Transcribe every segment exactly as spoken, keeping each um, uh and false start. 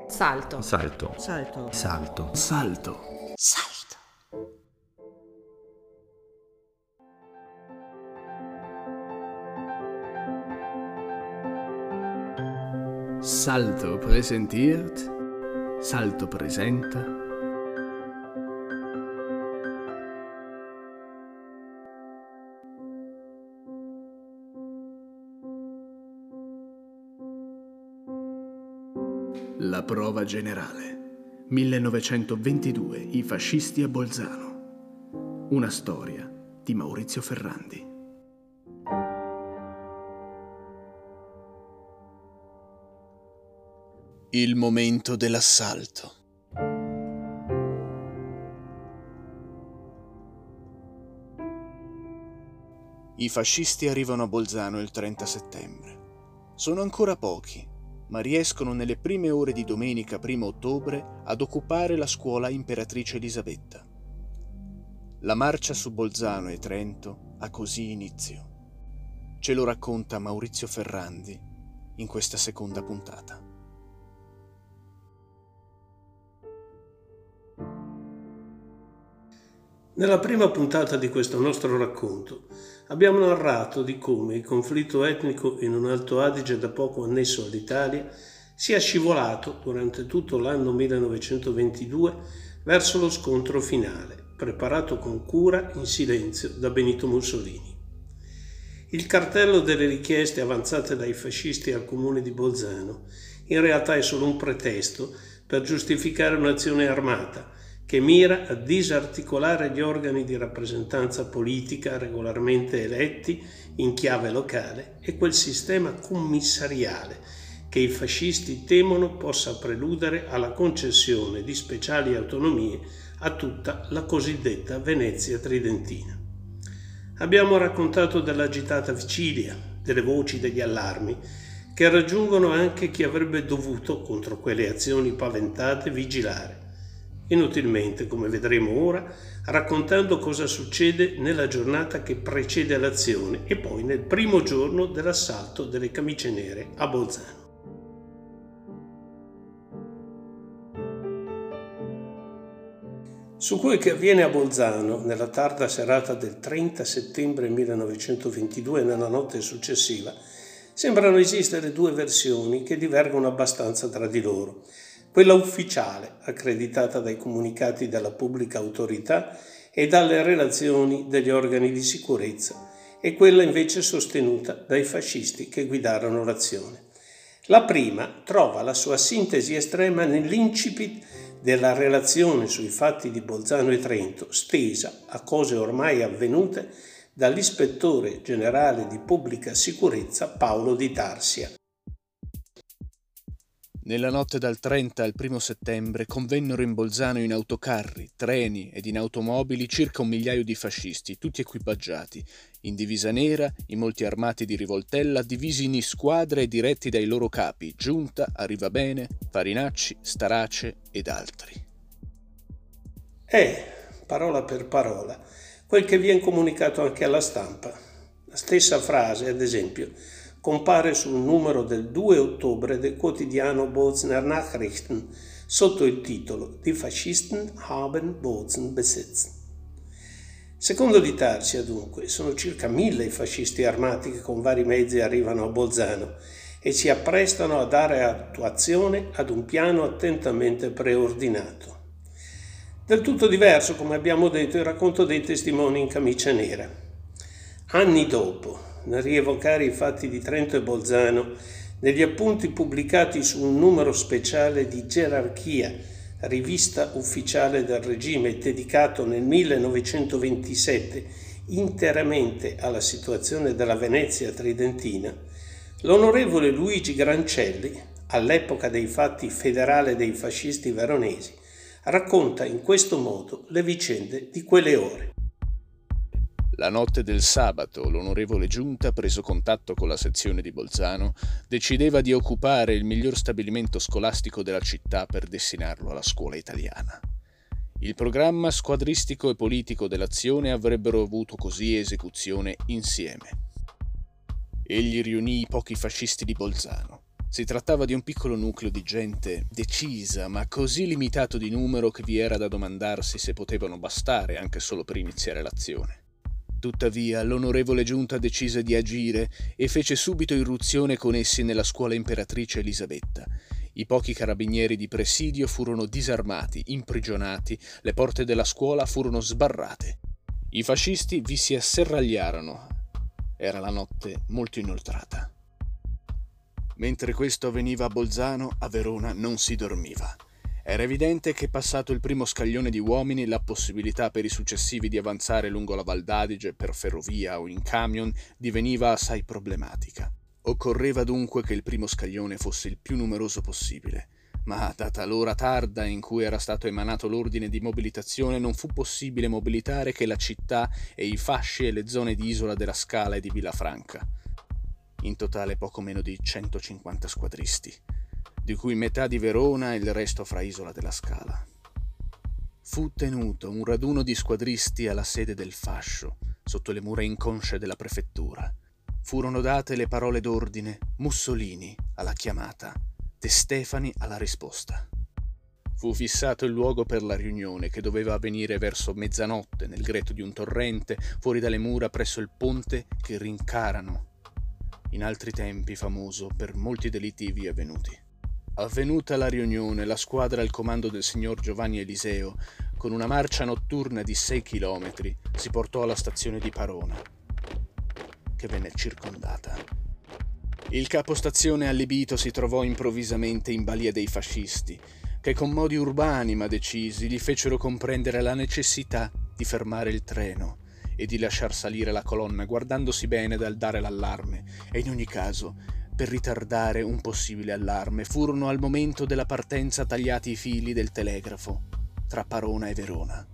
Salto. Salto. Salto. Salto. Salto. Salto. Salto präsentiert. Salto presenta. La prova generale. millenovecentoventidue. I fascisti a Bolzano. Una storia di Maurizio Ferrandi. Il momento dell'assalto. I fascisti arrivano a Bolzano il trenta settembre. Sono ancora pochi, ma riescono nelle prime ore di domenica primo ottobre ad occupare la scuola Imperatrice Elisabetta. La marcia su Bolzano e Trento ha così inizio. Ce lo racconta Maurizio Ferrandi in questa seconda puntata. Nella prima puntata di questo nostro racconto abbiamo narrato di come il conflitto etnico in un Alto Adige da poco annesso all'Italia sia scivolato durante tutto l'anno millenovecentoventidue verso lo scontro finale, preparato con cura in silenzio da Benito Mussolini. Il cartello delle richieste avanzate dai fascisti al comune di Bolzano in realtà è solo un pretesto per giustificare un'azione armata che mira a disarticolare gli organi di rappresentanza politica regolarmente eletti in chiave locale e quel sistema commissariale che i fascisti temono possa preludere alla concessione di speciali autonomie a tutta la cosiddetta Venezia tridentina. Abbiamo raccontato dell'agitata vigilia, delle voci degli allarmi, che raggiungono anche chi avrebbe dovuto, contro quelle azioni paventate, vigilare. Inutilmente, come vedremo ora, raccontando cosa succede nella giornata che precede l'azione e poi nel primo giorno dell'assalto delle camicie nere a Bolzano. Su quel che avviene a Bolzano nella tarda serata del trenta settembre millenovecentoventidue e nella notte successiva sembrano esistere due versioni che divergono abbastanza tra di loro. Quella ufficiale, accreditata dai comunicati della pubblica autorità e dalle relazioni degli organi di sicurezza, e quella invece sostenuta dai fascisti che guidarono l'azione. La prima trova la sua sintesi estrema nell'incipit della relazione sui fatti di Bolzano e Trento, stesa a cose ormai avvenute dall'ispettore generale di pubblica sicurezza Paolo Di Tarsia. Nella notte dal trenta al primo settembre convennero in Bolzano in autocarri, treni ed in automobili circa un migliaio di fascisti, tutti equipaggiati, in divisa nera, in molti armati di rivoltella, divisi in squadre e diretti dai loro capi, Giunta, Arrivabene, Farinacci, Starace ed altri. È, parola per parola, quel che viene comunicato anche alla stampa. La stessa frase, ad esempio, compare sul numero del due ottobre del quotidiano Bolzener Nachrichten sotto il titolo Die Faschisten haben Bozen besetzt. Secondo Di Tarsia, dunque, sono circa mille i fascisti armati che con vari mezzi arrivano a Bolzano e si apprestano a dare attuazione ad un piano attentamente preordinato. Del tutto diverso, come abbiamo detto, il racconto dei testimoni in camicia nera. Anni dopo, nel rievocare i fatti di Trento e Bolzano, negli appunti pubblicati su un numero speciale di Gerarchia, rivista ufficiale del regime dedicato nel millenovecentoventisette interamente alla situazione della Venezia tridentina, l'onorevole Luigi Grancelli, all'epoca dei fatti federale dei fascisti veronesi, racconta in questo modo le vicende di quelle ore. La notte del sabato l'onorevole Giunta, preso contatto con la sezione di Bolzano, decideva di occupare il miglior stabilimento scolastico della città per destinarlo alla scuola italiana. Il programma squadristico e politico dell'azione avrebbero avuto così esecuzione insieme. Egli riunì i pochi fascisti di Bolzano, Si trattava di un piccolo nucleo di gente decisa, ma così limitato di numero che vi era da domandarsi se potevano bastare anche solo per iniziare l'azione. Tuttavia, l'onorevole giunta decise di agire e fece subito irruzione con essi nella scuola imperatrice Elisabetta. I pochi carabinieri di presidio furono disarmati, imprigionati, le porte della scuola furono sbarrate. I fascisti vi si asserragliarono. Era la notte molto inoltrata. Mentre questo avveniva a Bolzano, a Verona non si dormiva. Era evidente che, passato il primo scaglione di uomini, la possibilità per i successivi di avanzare lungo la Val d'Adige per ferrovia o in camion diveniva assai problematica. Occorreva dunque che il primo scaglione fosse il più numeroso possibile, ma data l'ora tarda in cui era stato emanato l'ordine di mobilitazione non fu possibile mobilitare che la città e i fasci e le zone di Isola della Scala e di Villafranca. In totale poco meno di centocinquanta squadristi, di cui metà di Verona e il resto fra Isola della Scala. Fu tenuto un raduno di squadristi alla sede del fascio, sotto le mura inconsce della prefettura. Furono date le parole d'ordine: Mussolini alla chiamata, De Stefani alla risposta. Fu fissato il luogo per la riunione, che doveva avvenire verso mezzanotte nel greto di un torrente, fuori dalle mura presso il ponte che Rincarano, in altri tempi famoso per molti delitti ivi avvenuti. Avvenuta la riunione, la squadra al comando del signor Giovanni Eliseo, con una marcia notturna di sei chilometri, si portò alla stazione di Parona, che venne circondata. Il capostazione allibito si trovò improvvisamente in balia dei fascisti, che con modi urbani ma decisi gli fecero comprendere la necessità di fermare il treno e di lasciar salire la colonna, guardandosi bene dal dare l'allarme, e in ogni caso, per ritardare un possibile allarme, furono al momento della partenza tagliati i fili del telegrafo tra Parona e Verona.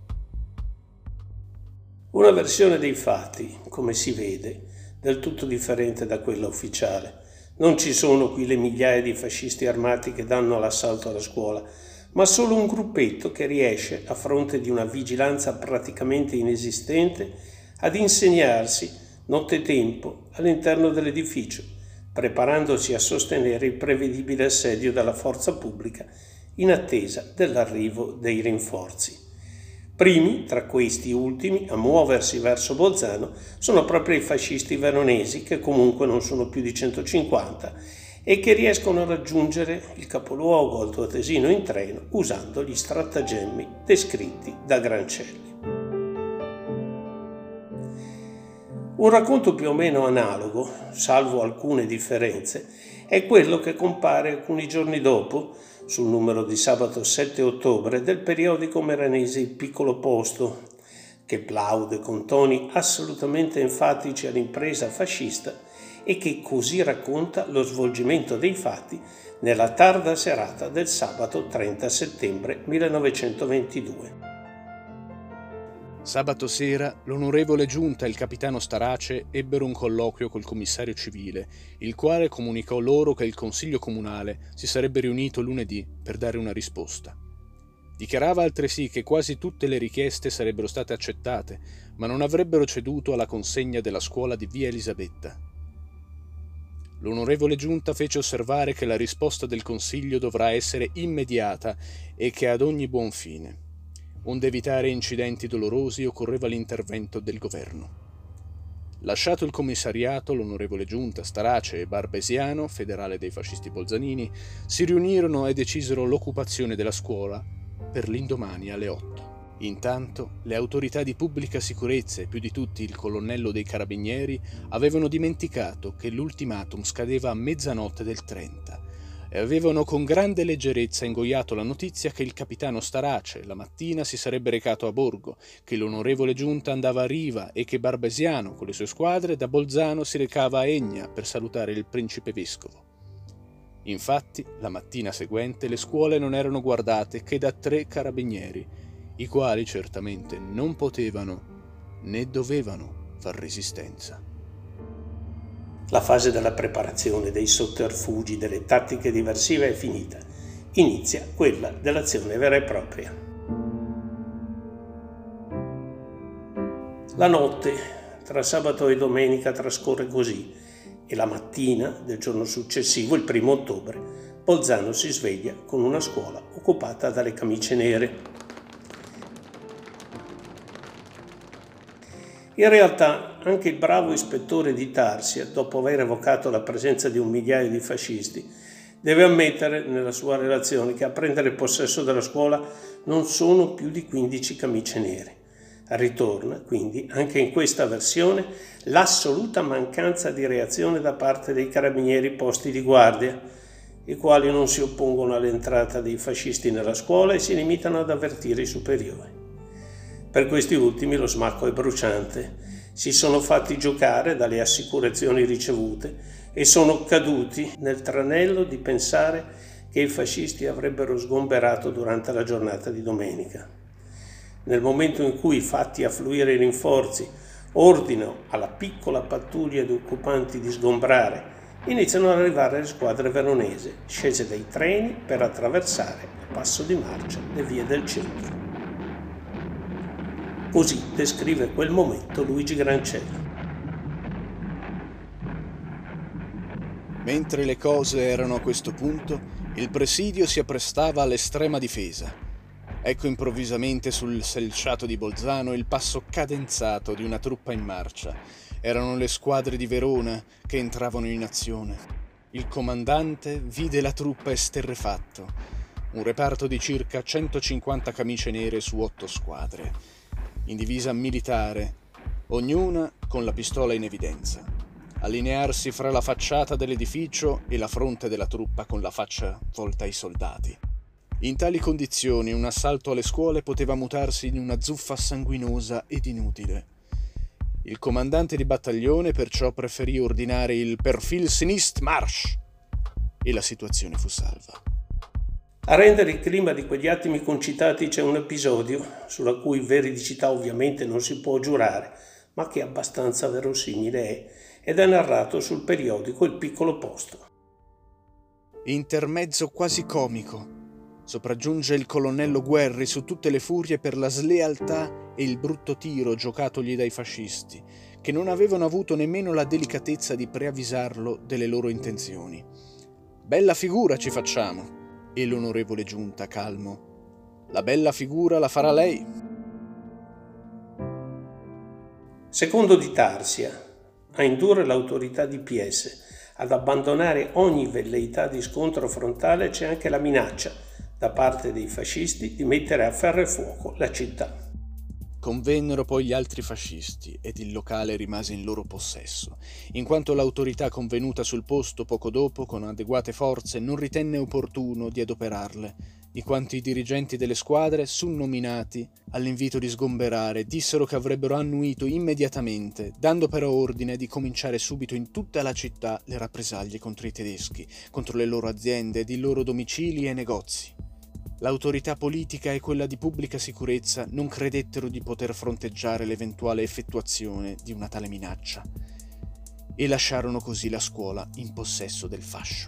Una versione dei fatti, come si vede, del tutto differente da quella ufficiale. Non ci sono qui le migliaia di fascisti armati che danno l'assalto alla scuola, ma solo un gruppetto che riesce, a fronte di una vigilanza praticamente inesistente, ad insegnarsi nottetempo all'interno dell'edificio, preparandosi a sostenere il prevedibile assedio della forza pubblica in attesa dell'arrivo dei rinforzi. Primi, tra questi ultimi, a muoversi verso Bolzano sono proprio i fascisti veronesi, che comunque non sono più di centocinquanta e che riescono a raggiungere il capoluogo altoatesino in treno usando gli stratagemmi descritti da Grancelli. Un racconto più o meno analogo, salvo alcune differenze, è quello che compare alcuni giorni dopo sul numero di sabato sette ottobre del periodico meranese Il Piccolo Posto, che plaude con toni assolutamente enfatici all'impresa fascista e che così racconta lo svolgimento dei fatti nella tarda serata del sabato trenta settembre millenovecentoventidue. Sabato sera l'onorevole giunta e il capitano Starace ebbero un colloquio col commissario civile, il quale comunicò loro che il consiglio comunale si sarebbe riunito lunedì per dare una risposta. Dichiarava altresì che quasi tutte le richieste sarebbero state accettate, ma non avrebbero ceduto alla consegna della scuola di via Elisabetta. L'onorevole giunta fece osservare che la risposta del consiglio dovrà essere immediata e che ad ogni buon fine. Onde evitare incidenti dolorosi occorreva l'intervento del governo. Lasciato il commissariato, l'onorevole giunta, Starace e Barbesiano, federale dei fascisti bolzanini, si riunirono e decisero l'occupazione della scuola per l'indomani alle otto. Intanto, le autorità di pubblica sicurezza e più di tutti il colonnello dei carabinieri avevano dimenticato che l'ultimatum scadeva a mezzanotte del trenta e avevano con grande leggerezza ingoiato la notizia che il capitano Starace la mattina si sarebbe recato a Borgo, che l'onorevole giunta andava a Riva e che Barbesiano con le sue squadre da Bolzano si recava a Egna per salutare il principe vescovo. Infatti, la mattina seguente le scuole non erano guardate che da tre carabinieri, i quali certamente non potevano né dovevano far resistenza. La fase della preparazione, dei sotterfugi, delle tattiche diversive è finita. Inizia quella dell'azione vera e propria. La notte tra sabato e domenica trascorre così e la mattina del giorno successivo, il primo ottobre, Bolzano si sveglia con una scuola occupata dalle camicie nere. In realtà anche il bravo ispettore di Tarsia, dopo aver evocato la presenza di un migliaio di fascisti, deve ammettere nella sua relazione che a prendere possesso della scuola non sono più di quindici camicie nere. Ritorna quindi anche in questa versione l'assoluta mancanza di reazione da parte dei carabinieri posti di guardia, i quali non si oppongono all'entrata dei fascisti nella scuola e si limitano ad avvertire i superiori. Per questi ultimi lo smacco è bruciante, si sono fatti giocare dalle assicurazioni ricevute e sono caduti nel tranello di pensare che i fascisti avrebbero sgomberato durante la giornata di domenica. Nel momento in cui, fatti affluire i rinforzi, ordinano alla piccola pattuglia di occupanti di sgombrare, iniziano ad arrivare le squadre veronesi, scese dai treni per attraversare a passo di marcia le vie del centro. Così descrive quel momento Luigi Grancelli. Mentre le cose erano a questo punto, il presidio si apprestava all'estrema difesa. Ecco improvvisamente sul selciato di Bolzano il passo cadenzato di una truppa in marcia. Erano le squadre di Verona che entravano in azione. Il comandante vide la truppa esterrefatto, un reparto di circa centocinquanta camicie nere su otto squadre, in divisa militare, ognuna con la pistola in evidenza, allinearsi fra la facciata dell'edificio e la fronte della truppa con la faccia volta ai soldati. In tali condizioni un assalto alle scuole poteva mutarsi in una zuffa sanguinosa ed inutile. Il comandante di battaglione perciò preferì ordinare il Perfil Sinist Marsch e la situazione fu salva. A rendere il clima di quegli attimi concitati c'è un episodio sulla cui veridicità ovviamente non si può giurare, ma che abbastanza verosimile è, ed è narrato sul periodico Il Piccolo Posto. Intermezzo quasi comico sopraggiunge il colonnello Guerri su tutte le furie per la slealtà e il brutto tiro giocatogli dai fascisti, che non avevano avuto nemmeno la delicatezza di preavvisarlo delle loro intenzioni. Bella figura ci facciamo. E l'onorevole Giunta, calmo: la bella figura la farà lei. Secondo di Tarsia, a indurre l'autorità di Piese ad abbandonare ogni velleità di scontro frontale c'è anche la minaccia da parte dei fascisti di mettere a ferro e fuoco la città. Convennero poi gli altri fascisti ed il locale rimase in loro possesso, in quanto l'autorità convenuta sul posto poco dopo con adeguate forze non ritenne opportuno di adoperarle, in quanto i dirigenti delle squadre, sunnominati all'invito di sgomberare, dissero che avrebbero annuito immediatamente, dando però ordine di cominciare subito in tutta la città le rappresaglie contro i tedeschi, contro le loro aziende ed i loro domicili e negozi. L'autorità politica e quella di pubblica sicurezza non credettero di poter fronteggiare l'eventuale effettuazione di una tale minaccia e lasciarono così la scuola in possesso del fascio.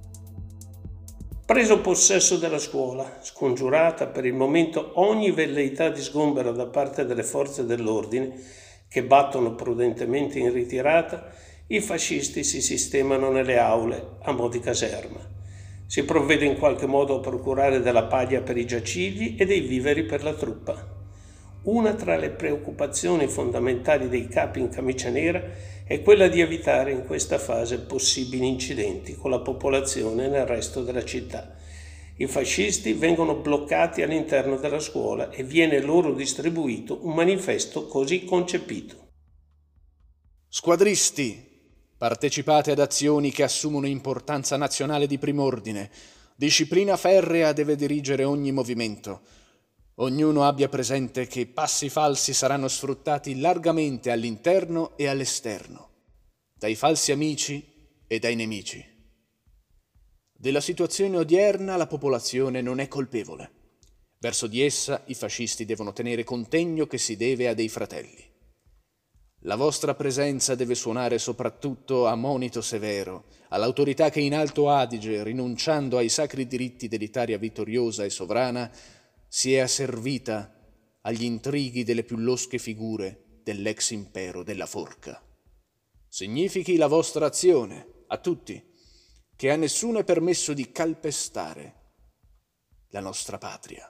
Preso possesso della scuola, scongiurata per il momento ogni velleità di sgombero da parte delle forze dell'ordine, che battono prudentemente in ritirata, i fascisti si sistemano nelle aule a mo' di caserma. Si provvede in qualche modo a procurare della paglia per i giacigli e dei viveri per la truppa. Una tra le preoccupazioni fondamentali dei capi in camicia nera è quella di evitare in questa fase possibili incidenti con la popolazione nel resto della città. I fascisti vengono bloccati all'interno della scuola e viene loro distribuito un manifesto così concepito. Squadristi, partecipate ad azioni che assumono importanza nazionale di prim'ordine. Disciplina ferrea deve dirigere ogni movimento. Ognuno abbia presente che passi falsi saranno sfruttati largamente all'interno e all'esterno, dai falsi amici e dai nemici. Della situazione odierna la popolazione non è colpevole. Verso di essa i fascisti devono tenere contegno che si deve a dei fratelli. La vostra presenza deve suonare soprattutto a monito severo all'autorità che in Alto Adige, rinunciando ai sacri diritti dell'Italia vittoriosa e sovrana, si è asservita agli intrighi delle più losche figure dell'ex impero della forca. significhi la vostra azione, a tutti, che a nessuno è permesso di calpestare la nostra patria.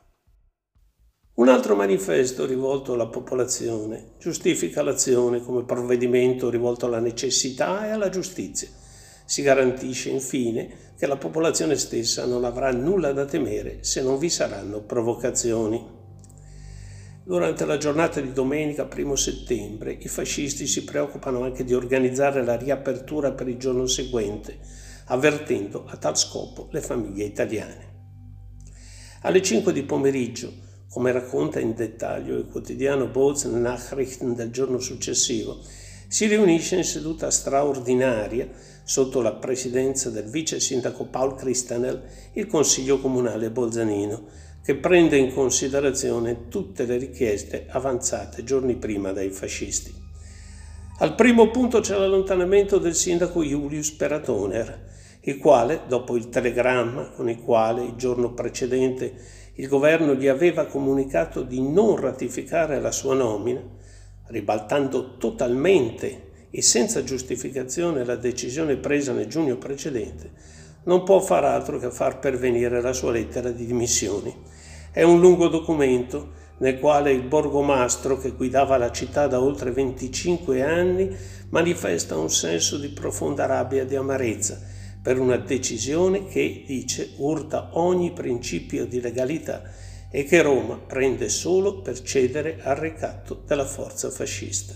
Un altro manifesto rivolto alla popolazione giustifica l'azione come provvedimento rivolto alla necessità e alla giustizia. Si garantisce infine che la popolazione stessa non avrà nulla da temere se non vi saranno provocazioni. Durante la giornata di domenica primo settembre i fascisti si preoccupano anche di organizzare la riapertura per il giorno seguente, avvertendo a tal scopo le famiglie italiane. Alle cinque di pomeriggio, come racconta in dettaglio il quotidiano Bozen-Nachrichten del giorno successivo, si riunisce in seduta straordinaria, sotto la presidenza del vice sindaco Paul Christanel, il Consiglio Comunale bolzanino, che prende in considerazione tutte le richieste avanzate giorni prima dai fascisti. Al primo punto c'è l'allontanamento del sindaco Julius Peratoner, il quale, dopo il telegramma con il quale il giorno precedente il governo gli aveva comunicato di non ratificare la sua nomina, ribaltando totalmente e senza giustificazione la decisione presa nel giugno precedente, non può far altro che far pervenire la sua lettera di dimissioni. È un lungo documento nel quale il borgomastro, che guidava la città da oltre venticinque anni, manifesta un senso di profonda rabbia e di amarezza per una decisione che, dice, urta ogni principio di legalità e che Roma prende solo per cedere al ricatto della forza fascista.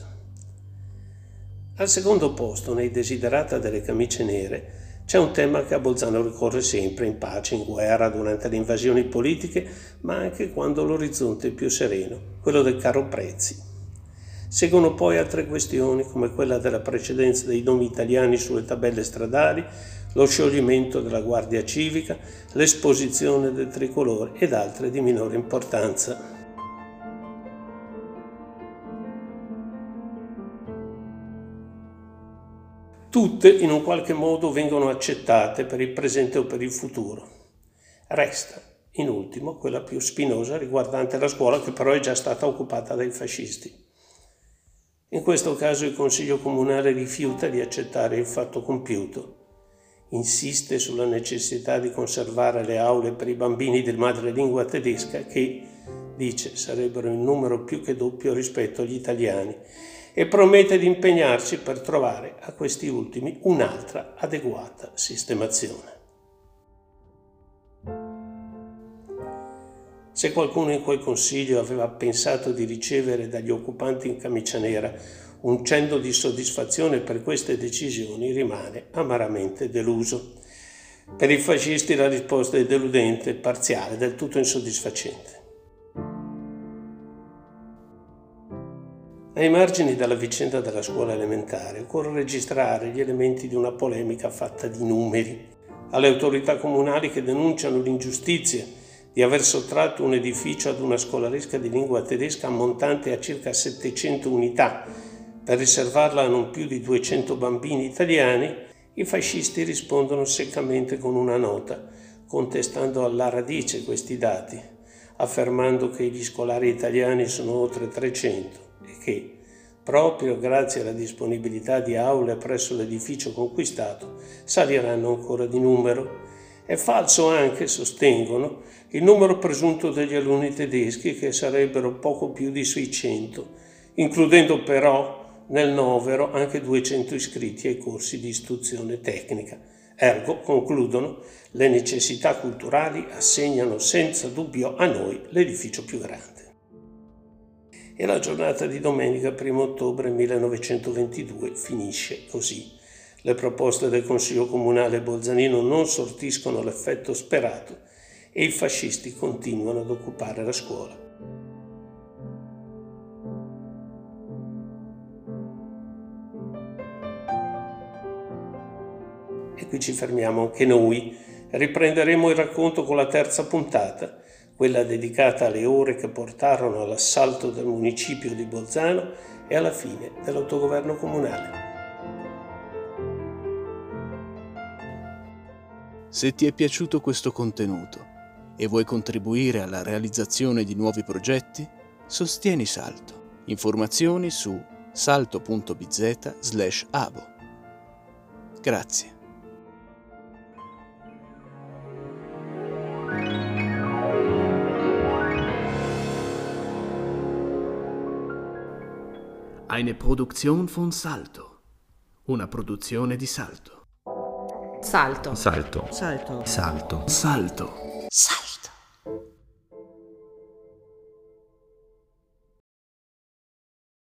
Al secondo posto, nei desiderata delle camicie nere, c'è un tema che a Bolzano ricorre sempre, in pace, in guerra, durante le invasioni politiche, ma anche quando l'orizzonte è più sereno, quello del caro prezzi. Seguono poi altre questioni, come quella della precedenza dei nomi italiani sulle tabelle stradali, lo scioglimento della Guardia Civica, l'esposizione del tricolore ed altre di minore importanza. Tutte in un qualche modo vengono accettate per il presente o per il futuro. Resta, in ultimo, quella più spinosa riguardante la scuola, che però è già stata occupata dai fascisti. In questo caso il Consiglio Comunale rifiuta di accettare il fatto compiuto. Insiste sulla necessità di conservare le aule per i bambini di madrelingua tedesca che, dice, sarebbero in numero più che doppio rispetto agli italiani, e promette di impegnarsi per trovare a questi ultimi un'altra adeguata sistemazione. Se qualcuno in quel consiglio aveva pensato di ricevere dagli occupanti in camicia nera un cenno di soddisfazione per queste decisioni, rimane amaramente deluso. Per i fascisti la risposta è deludente, parziale, del tutto insoddisfacente. Ai margini della vicenda della scuola elementare occorre registrare gli elementi di una polemica fatta di numeri. Alle autorità comunali che denunciano l'ingiustizia di aver sottratto un edificio ad una scolaresca di lingua tedesca ammontante a circa settecento unità per riservarla a non più di duecento bambini italiani, i fascisti rispondono seccamente con una nota, contestando alla radice questi dati, affermando che gli scolari italiani sono oltre trecento e che, proprio grazie alla disponibilità di aule presso l'edificio conquistato, saliranno ancora di numero. È falso anche, sostengono, il numero presunto degli alunni tedeschi, che sarebbero poco più di seicento, includendo però nel novero anche duecento iscritti ai corsi di istruzione tecnica. Ergo, concludono, le necessità culturali assegnano senza dubbio a noi l'edificio più grande. E la giornata di domenica primo ottobre millenovecentoventidue finisce così. Le proposte del Consiglio Comunale bolzanino non sortiscono l'effetto sperato e i fascisti continuano ad occupare la scuola. E qui ci fermiamo anche noi. Riprenderemo il racconto con la terza puntata, quella dedicata alle ore che portarono all'assalto del municipio di Bolzano e alla fine dell'autogoverno comunale. Se ti è piaciuto questo contenuto e vuoi contribuire alla realizzazione di nuovi progetti, sostieni Salto. Informazioni su salto punto b z slash abo. Grazie. Eine Produktion von Salto. Una produzione di Salto. Salto. Salto. Salto. Salto. Salto. Salto.